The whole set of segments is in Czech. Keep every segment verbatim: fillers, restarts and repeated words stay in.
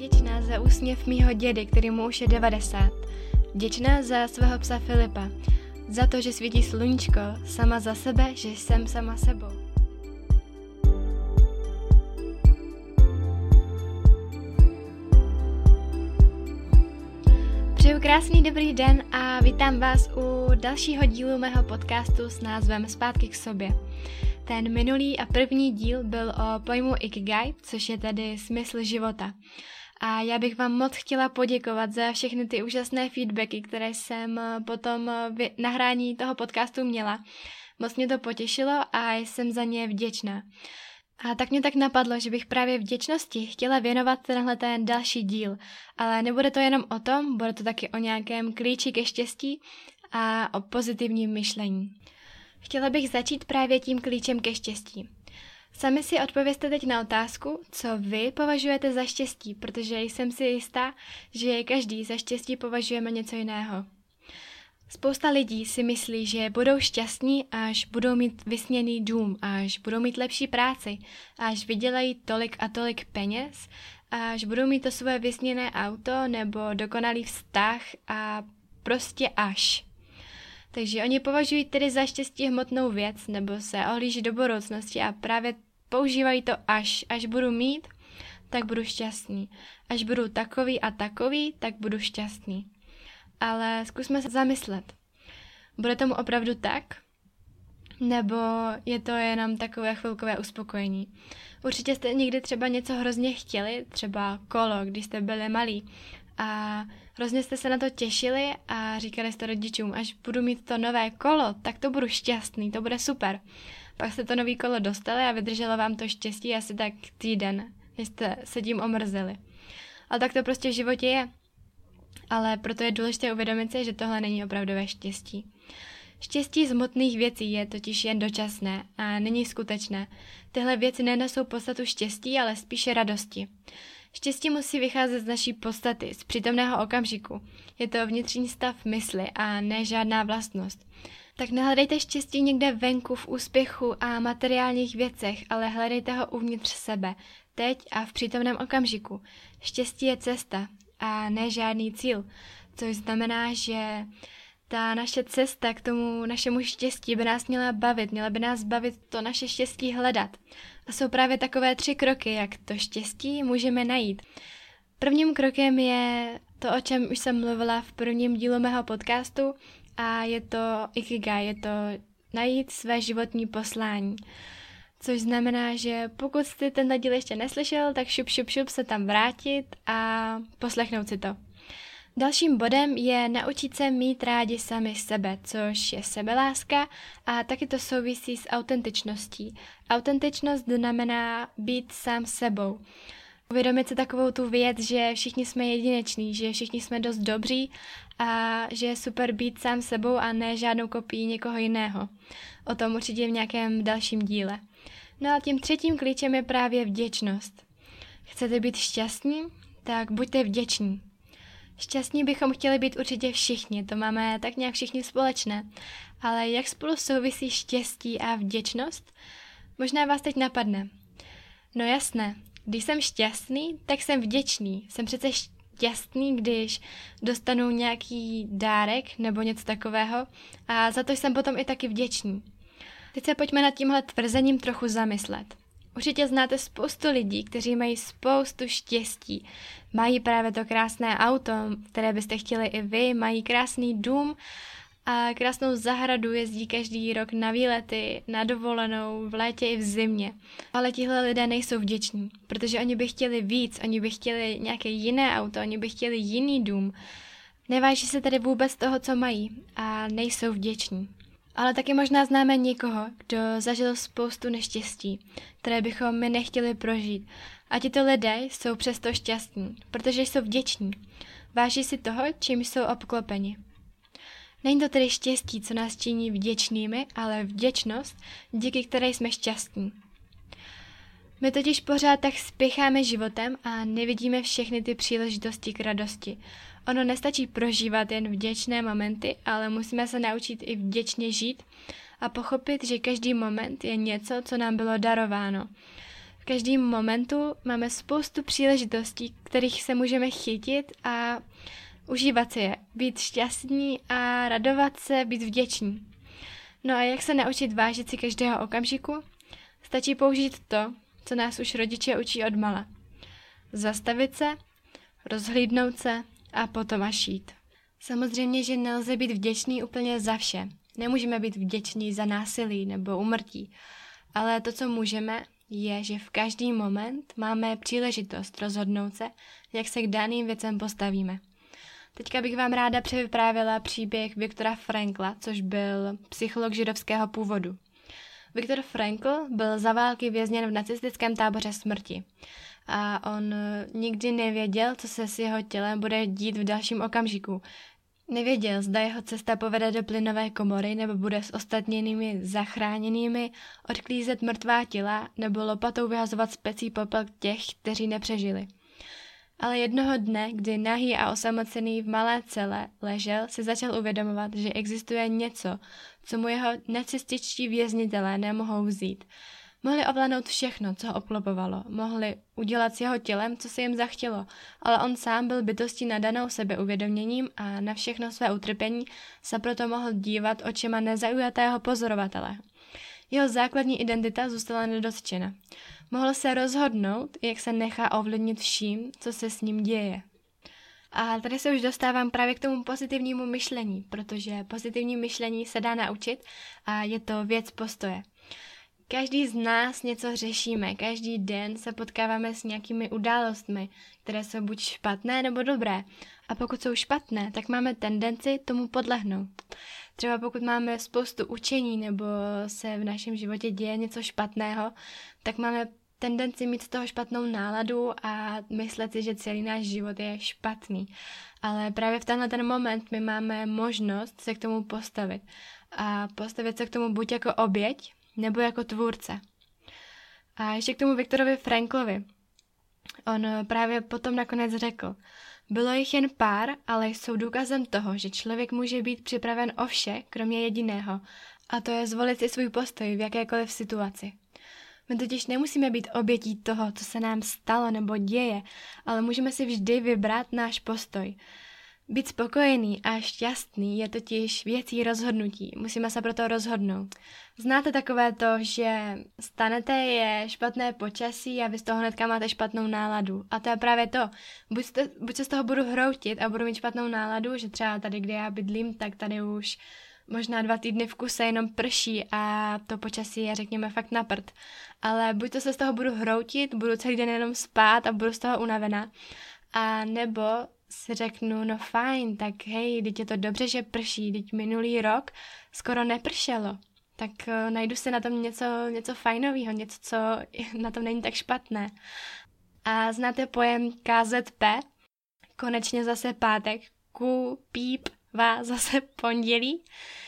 Vděčná za úsměv mýho dědy, který mu už je devadesát. Vděčná za svého psa Filipa. Za to, že svítí sluníčko, sama za sebe, že jsem sama sebou. Přeju krásný dobrý den a vítám vás u dalšího dílu mého podcastu s názvem Zpátky k sobě. Ten minulý a první díl byl o pojmu Ikigai, což je tedy smysl života. A já bych vám moc chtěla poděkovat za všechny ty úžasné feedbacky, které jsem potom v nahrání toho podcastu měla. Moc mě to potěšilo a jsem za ně vděčná. A tak mě tak napadlo, že bych právě vděčnosti chtěla věnovat tenhle ten další díl. Ale nebude to jenom o tom, bude to taky o nějakém klíči ke štěstí a o pozitivním myšlení. Chtěla bych začít právě tím klíčem ke štěstí. Sami si odpovězte teď na otázku, co vy považujete za štěstí, protože jsem si jistá, že každý za štěstí považujeme něco jiného. Spousta lidí si myslí, že budou šťastní, až budou mít vysněný dům, až budou mít lepší práci, až vydělají tolik a tolik peněz, až budou mít to své vysněné auto nebo dokonalý vztah a prostě až. Takže oni považují tedy za štěstí hmotnou věc nebo se ohlíží do budoucnosti a právě používají to až. Až budu mít, tak budu šťastný. Až budu takový a takový, tak budu šťastný. Ale zkusme se zamyslet. Bude tomu opravdu tak? Nebo je to jenom takové chvilkové uspokojení? Určitě jste někdy třeba něco hrozně chtěli, třeba kolo, když jste byli malí. A hrozně jste se na to těšili a říkali jste rodičům, až budu mít to nové kolo, tak to budu šťastný, to bude super. Pak jste to nový kolo dostali a vydrželo vám to štěstí asi tak týden, než jste se tím omrzeli. Ale tak to prostě v životě je. Ale proto je důležité uvědomit si, že tohle není opravdové štěstí. Štěstí z hmotných věcí je totiž jen dočasné a není skutečné. Tyhle věci nenesou podstatu štěstí, ale spíše radosti. Štěstí musí vycházet z naší podstaty, z přítomného okamžiku. Je to vnitřní stav mysli a ne žádná vlastnost. Tak nehledejte štěstí někde venku v úspěchu a materiálních věcech, ale hledejte ho uvnitř sebe, teď a v přítomném okamžiku. Štěstí je cesta a ne žádný cíl, což znamená, že ta naše cesta k tomu našemu štěstí by nás měla bavit, měla by nás bavit to naše štěstí hledat. A jsou právě takové tři kroky, jak to štěstí můžeme najít. Prvním krokem je to, o čem už jsem mluvila v prvním dílu mého podcastu, a je to Ikigai, je to najít své životní poslání. Což znamená, že pokud jste ten díl ještě neslyšel, tak šup, šup, šup se tam vrátit a poslechnout si to. Dalším bodem je naučit se mít rádi sami sebe, což je sebeláska a taky to souvisí s autentičností. Autentičnost znamená být sám sebou. Uvědomit si takovou tu věc, že všichni jsme jedineční, že všichni jsme dost dobří a že je super být sám sebou a ne žádnou kopií někoho jiného. O tom určitě v nějakém dalším díle. No a tím třetím klíčem je právě vděčnost. Chcete být šťastní? Tak buďte vděční. Šťastní bychom chtěli být určitě všichni, to máme tak nějak všichni společné. Ale jak spolu souvisí štěstí a vděčnost? Možná vás teď napadne. No jasné, když jsem šťastný, tak jsem vděčný. Jsem přece šťastný, když dostanu nějaký dárek nebo něco takového a za to jsem potom i taky vděčný. Teď se pojďme nad tímhle tvrzením trochu zamyslet. Určitě znáte spoustu lidí, kteří mají spoustu štěstí. Mají právě to krásné auto, které byste chtěli i vy, mají krásný dům a krásnou zahradu, jezdí každý rok na výlety, na dovolenou, v létě i v zimě. Ale tihle lidé nejsou vděční, protože oni by chtěli víc, oni by chtěli nějaké jiné auto, oni by chtěli jiný dům. Neváží se tedy vůbec toho, co mají a nejsou vděční. Ale taky možná známe někoho, kdo zažil spoustu neštěstí, které bychom my nechtěli prožít. A tito lidé jsou přesto šťastní, protože jsou vděční. Váží si toho, čím jsou obklopeni. Není to tedy štěstí, co nás činí vděčnými, ale vděčnost, díky které jsme šťastní. My totiž pořád tak spěcháme životem a nevidíme všechny ty příležitosti k radosti. Ono nestačí prožívat jen vděčné momenty, ale musíme se naučit i vděčně žít a pochopit, že každý moment je něco, co nám bylo darováno. V každém momentu máme spoustu příležitostí, kterých se můžeme chytit a užívat si je, být šťastní a radovat se, být vděční. No a jak se naučit vážit si každého okamžiku? Stačí použít to, co nás už rodiče učí odmala. Zastavit se, rozhlídnout se a potom až jít. Samozřejmě, že nelze být vděčný úplně za vše. Nemůžeme být vděční za násilí nebo úmrtí. Ale to, co můžeme, je, že v každý moment máme příležitost rozhodnout se, jak se k daným věcem postavíme. Teďka bych vám ráda převyprávěla příběh Viktora Frankla, což byl psycholog židovského původu. Viktor Frankl byl za války vězněn v nacistickém táboře smrti. A on nikdy nevěděl, co se s jeho tělem bude dít v dalším okamžiku. Nevěděl, zda jeho cesta povede do plynové komory, nebo bude s ostatními zachráněnými odklízet mrtvá těla, nebo lopatou vyhazovat specí popel těch, kteří nepřežili. Ale jednoho dne, kdy nahý a osamocený v malé cele ležel, si začal uvědomovat, že existuje něco, co mu jeho nacističtí věznitelé nemohou vzít. Mohli ovládnout všechno, co ho obklopovalo, mohli udělat s jeho tělem, co se jim zachtělo, ale on sám byl bytostí nadanou sebeuvědoměním a na všechno své utrpení se proto mohl dívat očima nezaujatého pozorovatele. Jeho základní identita zůstala nedotčena. Mohl se rozhodnout, jak se nechá ovlivnit vším, co se s ním děje. A tady se už dostávám právě k tomu pozitivnímu myšlení, protože pozitivní myšlení se dá naučit a je to věc postoje. Každý z nás něco řešíme, každý den se potkáváme s nějakými událostmi, které jsou buď špatné nebo dobré. A pokud jsou špatné, tak máme tendenci tomu podlehnout. Třeba pokud máme spoustu učení nebo se v našem životě děje něco špatného, tak máme tendenci mít z toho špatnou náladu a myslet si, že celý náš život je špatný. Ale právě v tenhle ten moment my máme možnost se k tomu postavit. A postavit se k tomu buď jako oběť, nebo jako tvůrce. A ještě k tomu Viktorovi Franklovi. On právě potom nakonec řekl, bylo jich jen pár, ale jsou důkazem toho, že člověk může být připraven o vše, kromě jediného, a to je zvolit si svůj postoj v jakékoliv situaci. My totiž nemusíme být obětí toho, co se nám stalo nebo děje, ale můžeme si vždy vybrat náš postoj. Být spokojený a šťastný je totiž věcí rozhodnutí. Musíme se proto rozhodnout. Znáte takové to, že stanete, je špatné počasí a vy z toho hnedka máte špatnou náladu. A to je právě to. Buď, to, buď se z toho budu hroutit a budu mít špatnou náladu, že třeba tady, kde já bydlím, tak tady už možná dva týdny v kuse jenom prší a to počasí je, řekněme, fakt na prd. Ale buď to se z toho budu hroutit, budu celý den jenom spát a budu z toho unavená. A nebo si řeknu, no fajn, tak hej, teď je to dobře, že prší, teď minulý rok skoro nepršelo. Tak uh, najdu si na tom něco, něco fajnového, něco, co na tom není tak špatné. A znáte pojem K Z P? Konečně zase pátek, ku, píp, va, zase pondělí.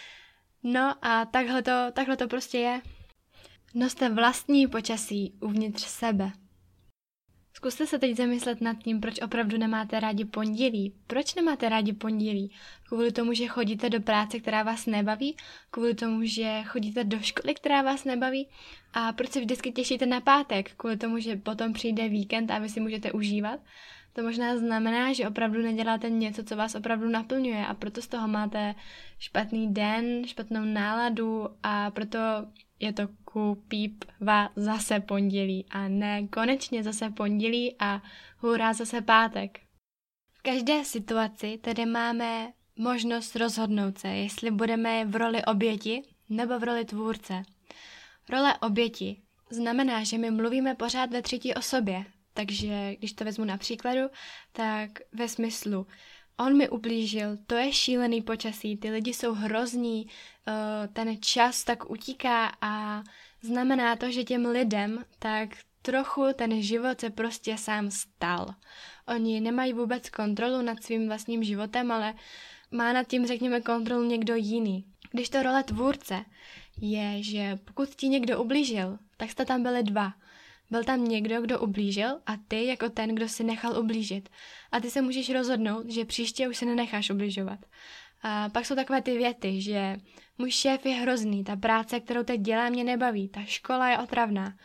No a takhle to, takhle to prostě je. Noste vlastní počasí uvnitř sebe. Zkuste se teď zamyslet nad tím, proč opravdu nemáte rádi pondělí. Proč nemáte rádi pondělí? Kvůli tomu, že chodíte do práce, která vás nebaví? Kvůli tomu, že chodíte do školy, která vás nebaví? A proč se vždycky těšíte na pátek? Kvůli tomu, že potom přijde víkend a vy si můžete užívat? To možná znamená, že opravdu neděláte něco, co vás opravdu naplňuje a proto z toho máte špatný den, špatnou náladu a proto je to ku píp va zase pondělí a ne konečně zase pondělí a hurá zase pátek. V každé situaci tedy máme možnost rozhodnout se, jestli budeme v roli oběti nebo v roli tvůrce. Role oběti znamená, že my mluvíme pořád ve třetí osobě, takže když to vezmu na příkladu, tak ve smyslu on mi ublížil, to je šílený počasí, ty lidi jsou hrozní, ten čas tak utíká a znamená to, že těm lidem tak trochu ten život se prostě sám stal. Oni nemají vůbec kontrolu nad svým vlastním životem, ale má nad tím, řekněme, kontrolu někdo jiný. Když to role tvůrce je, že pokud ti někdo ublížil, tak jste tam byli dva. Byl tam někdo, kdo ublížil a ty jako ten, kdo si nechal ublížit. A ty se můžeš rozhodnout, že příště už se nenecháš ubližovat. A pak jsou takové ty věty, že můj šéf je hrozný, ta práce, kterou teď dělám, mě nebaví, ta škola je otravná.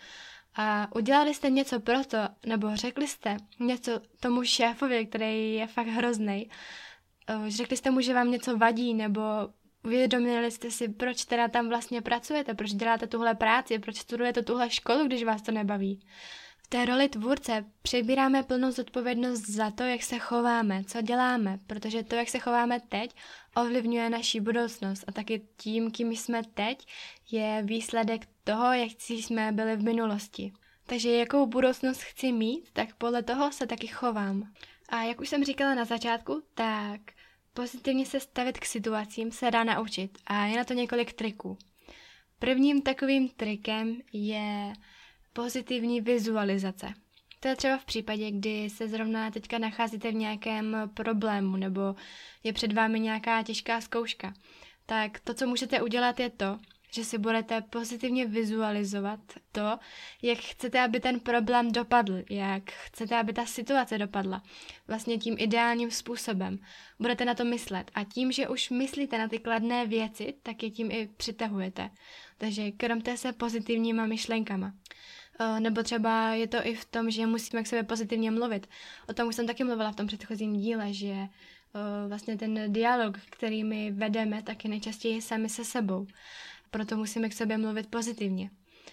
A udělali jste něco proto, nebo řekli jste něco tomu šéfovi, který je fakt hroznej. Řekli jste mu, že vám něco vadí, nebo uvědomili jste si, proč teda tam vlastně pracujete, proč děláte tuhle práci, proč studujete tuhle školu, když vás to nebaví. V té roli tvůrce přebíráme plnou zodpovědnost za to, jak se chováme, co děláme, protože to, jak se chováme teď, ovlivňuje naši budoucnost a taky tím, kým jsme teď, je výsledek toho, jak jsme byli v minulosti. Takže jakou budoucnost chci mít, tak podle toho se taky chovám. A jak už jsem říkala na začátku, tak pozitivně se stavit k situacím se dá naučit a je na to několik triků. Prvním takovým trikem je pozitivní vizualizace. To je třeba v případě, kdy se zrovna teďka nacházíte v nějakém problému nebo je před vámi nějaká těžká zkouška. Tak to, co můžete udělat, je to, že si budete pozitivně vizualizovat to, jak chcete, aby ten problém dopadl, jak chcete, aby ta situace dopadla. Vlastně tím ideálním způsobem. Budete na to myslet a tím, že už myslíte na ty kladné věci, tak je tím i přitahujete. Takže krmte se pozitivníma myšlenkama. Nebo třeba je to i v tom, že musíme k sobě pozitivně mluvit. O tom už jsem taky mluvila v tom předchozím díle, že vlastně ten dialog, který my vedeme, tak je nejčastěji sami se sebou. Proto musíme k sobě mluvit pozitivně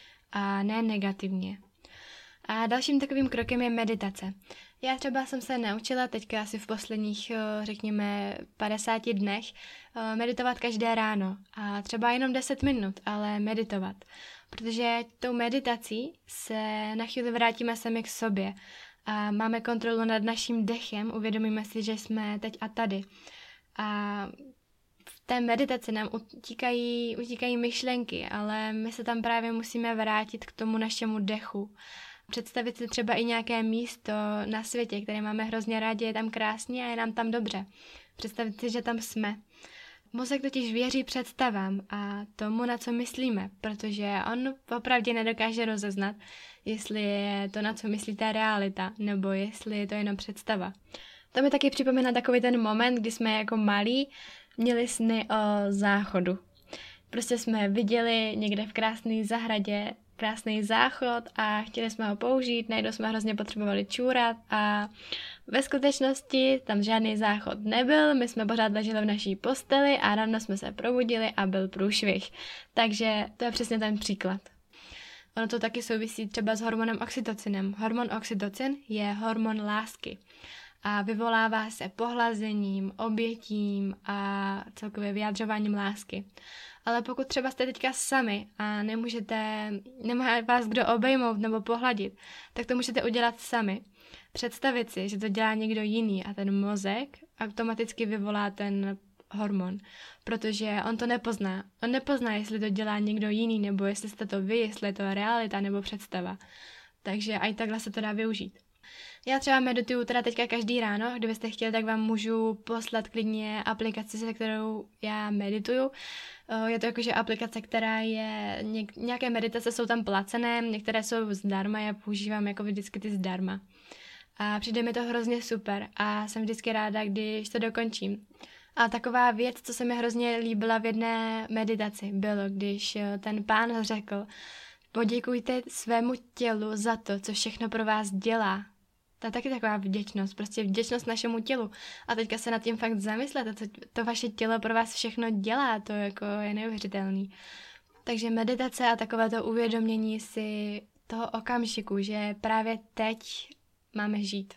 a ne negativně. A dalším takovým krokem je meditace. Já třeba jsem se naučila teďka asi v posledních, řekněme, padesáti dnech meditovat každé ráno. A třeba jenom deset minut, ale meditovat. Protože tou meditací se na chvíli vrátíme sami k sobě a máme kontrolu nad naším dechem, uvědomíme si, že jsme teď a tady. A v té meditaci nám utíkají, utíkají myšlenky, ale my se tam právě musíme vrátit k tomu našemu dechu. Představit si třeba i nějaké místo na světě, které máme hrozně rádi, je tam krásně a je nám tam dobře. Představit si, že tam jsme. Mozek totiž věří představám a tomu, na co myslíme, protože on opravdu nedokáže rozeznat, jestli je to, na co myslíte, realita, nebo jestli je to jenom představa. To mi taky připomíná takový ten moment, kdy jsme jako malí měli sny o záchodu. Prostě jsme viděli někde v krásné zahradě krásný záchod a chtěli jsme ho použít, najednou jsme hrozně potřebovali čůrat a ve skutečnosti tam žádný záchod nebyl, my jsme pořád leželi v naší posteli a ráno jsme se probudili a byl průšvih. Takže to je přesně ten příklad. Ono to taky souvisí třeba s hormonem oxytocinem. Hormon oxytocin je hormon lásky a vyvolává se pohlazením, obětím a celkově vyjadřováním lásky. Ale pokud třeba jste teďka sami a nemůžete, nemá vás kdo obejmout nebo pohladit, tak to můžete udělat sami. Představit si, že to dělá někdo jiný a ten mozek automaticky vyvolá ten hormon, protože on to nepozná. On nepozná, jestli to dělá někdo jiný, nebo jestli jste to vy, jestli je to realita nebo představa. Takže i takhle se to dá využít. Já třeba medituju teda teďka každý ráno, kdybyste chtěli, tak vám můžu poslat klidně aplikaci, se kterou já medituju. Je to jakože aplikace, která je, nějaké meditace jsou tam placené, některé jsou zdarma, já používám jako vždycky ty zdarma. A přijde mi to hrozně super a jsem vždycky ráda, když to dokončím. A taková věc, co se mi hrozně líbila v jedné meditaci, bylo, když ten pán řekl, poděkujte svému tělu za to, co všechno pro vás dělá. To je taky taková vděčnost, prostě vděčnost našemu tělu. A teďka se nad tím fakt zamyslete, co to vaše tělo pro vás všechno dělá, to jako je neuvěřitelný. Takže meditace a takové to uvědomění si toho okamžiku, že právě teď máme žít.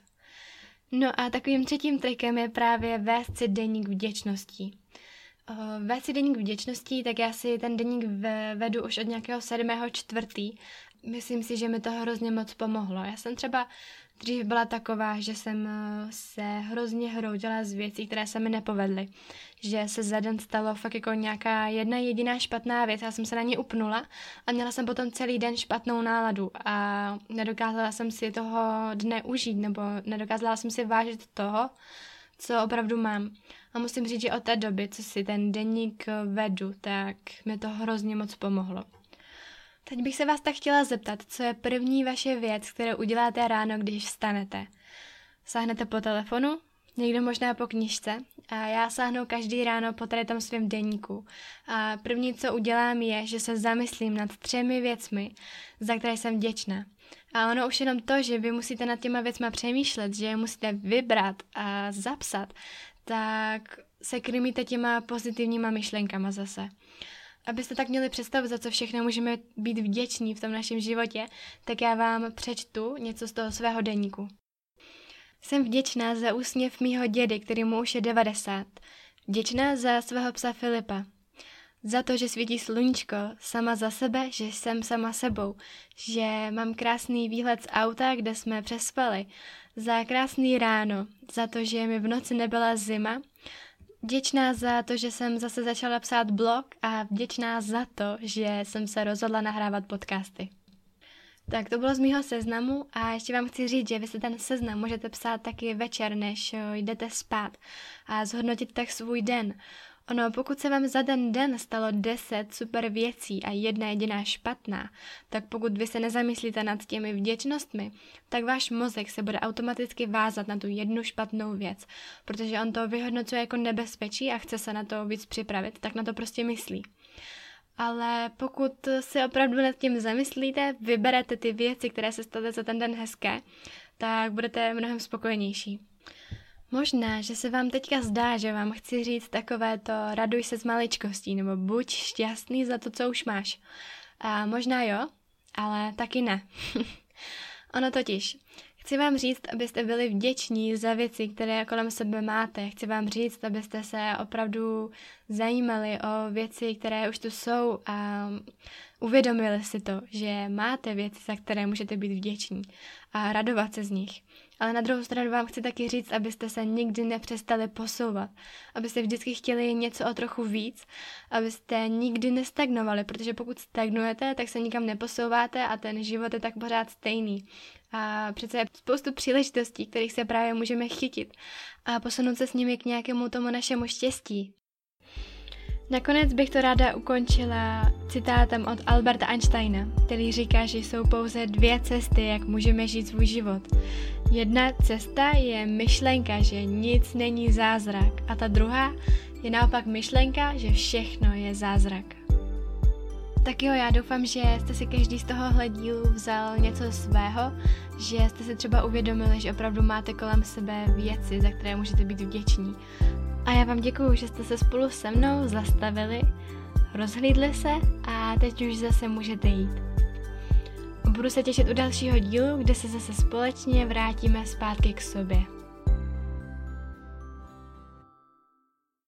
No a takovým třetím trikem je právě vést si deník vděčností. Vést si deník vděčností, tak já si ten deník vedu už od nějakého sedmého čtvrtý. Myslím si, že mi to hrozně moc pomohlo. Já jsem třeba dřív byla taková, že jsem se hrozně hroutila z věcí, které se mi nepovedly. Že se za den stalo fakt jako nějaká jedna jediná špatná věc. Já jsem se na ní upnula a měla jsem potom celý den špatnou náladu a nedokázala jsem si toho dne užít nebo nedokázala jsem si vážit toho, co opravdu mám. A musím říct, že od té doby, co si ten deník vedu, tak mi to hrozně moc pomohlo. Teď bych se vás tak chtěla zeptat, co je první vaše věc, kterou uděláte ráno, když vstanete. Sáhnete po telefonu, někdo možná po knižce a já sáhnu každý ráno po tady tom svém deníku. A první, co udělám, je, že se zamyslím nad třemi věcmi, za které jsem vděčná. A ono už jenom to, že vy musíte nad těma věcma přemýšlet, že je musíte vybrat a zapsat, tak se krmíte těma pozitivníma myšlenkama zase. Abyste tak měli představu, za co všechno můžeme být vděční v tom našem životě, tak já vám přečtu něco z toho svého deníku. Jsem vděčná za úsměv mýho dědy, který mu už je devadesát. Vděčná za svého psa Filipa. Za to, že svítí sluníčko, sama za sebe, že jsem sama sebou, že mám krásný výhled z auta, kde jsme přespali, za krásný ráno, za to, že mi v noci nebyla zima, vděčná za to, že jsem zase začala psát blog a vděčná za to, že jsem se rozhodla nahrávat podcasty. Tak to bylo z mýho seznamu a ještě vám chci říct, že vy si ten seznam můžete psát taky večer, než jdete spát a zhodnotit tak svůj den. Ono, pokud se vám za ten den stalo deset super věcí a jedna jediná špatná, tak pokud vy se nezamyslíte nad těmi vděčnostmi, tak váš mozek se bude automaticky vázat na tu jednu špatnou věc, protože on to vyhodnocuje jako nebezpečí a chce se na to víc připravit, tak na to prostě myslí. Ale pokud si opravdu nad tím zamyslíte, vyberete ty věci, které se staly za ten den hezké, tak budete mnohem spokojenější. Možná, že se vám teďka zdá, že vám chci říct takovéto raduj se z maličkostí, nebo buď šťastný za to, co už máš. A možná jo, ale taky ne. Ono totiž. Chci vám říct, abyste byli vděční za věci, které kolem sebe máte. Chci vám říct, abyste se opravdu zajímali o věci, které už tu jsou a uvědomili si to, že máte věci, za které můžete být vděční a radovat se z nich. Ale na druhou stranu vám chci taky říct, abyste se nikdy nepřestali posouvat, abyste vždycky chtěli něco o trochu víc, abyste nikdy nestagnovali, protože pokud stagnujete, tak se nikam neposouváte a ten život je tak pořád stejný. A přece je spoustu příležitostí, kterých se právě můžeme chytit a posunout se s nimi k nějakému tomu našemu štěstí. Nakonec bych to ráda ukončila citátem od Alberta Einsteina, který říká, že jsou pouze dvě cesty, jak můžeme žít svůj život. Jedna cesta je myšlenka, že nic není zázrak a ta druhá je naopak myšlenka, že všechno je zázrak. Tak jo, já doufám, že jste si každý z tohohle dílu vzal něco svého, že jste si třeba uvědomili, že opravdu máte kolem sebe věci, za které můžete být vděční. A já vám děkuju, že jste se spolu se mnou zastavili, rozhlídli se a teď už zase můžete jít. Budu se těšit u dalšího dílu, kde se zase společně vrátíme zpátky k sobě.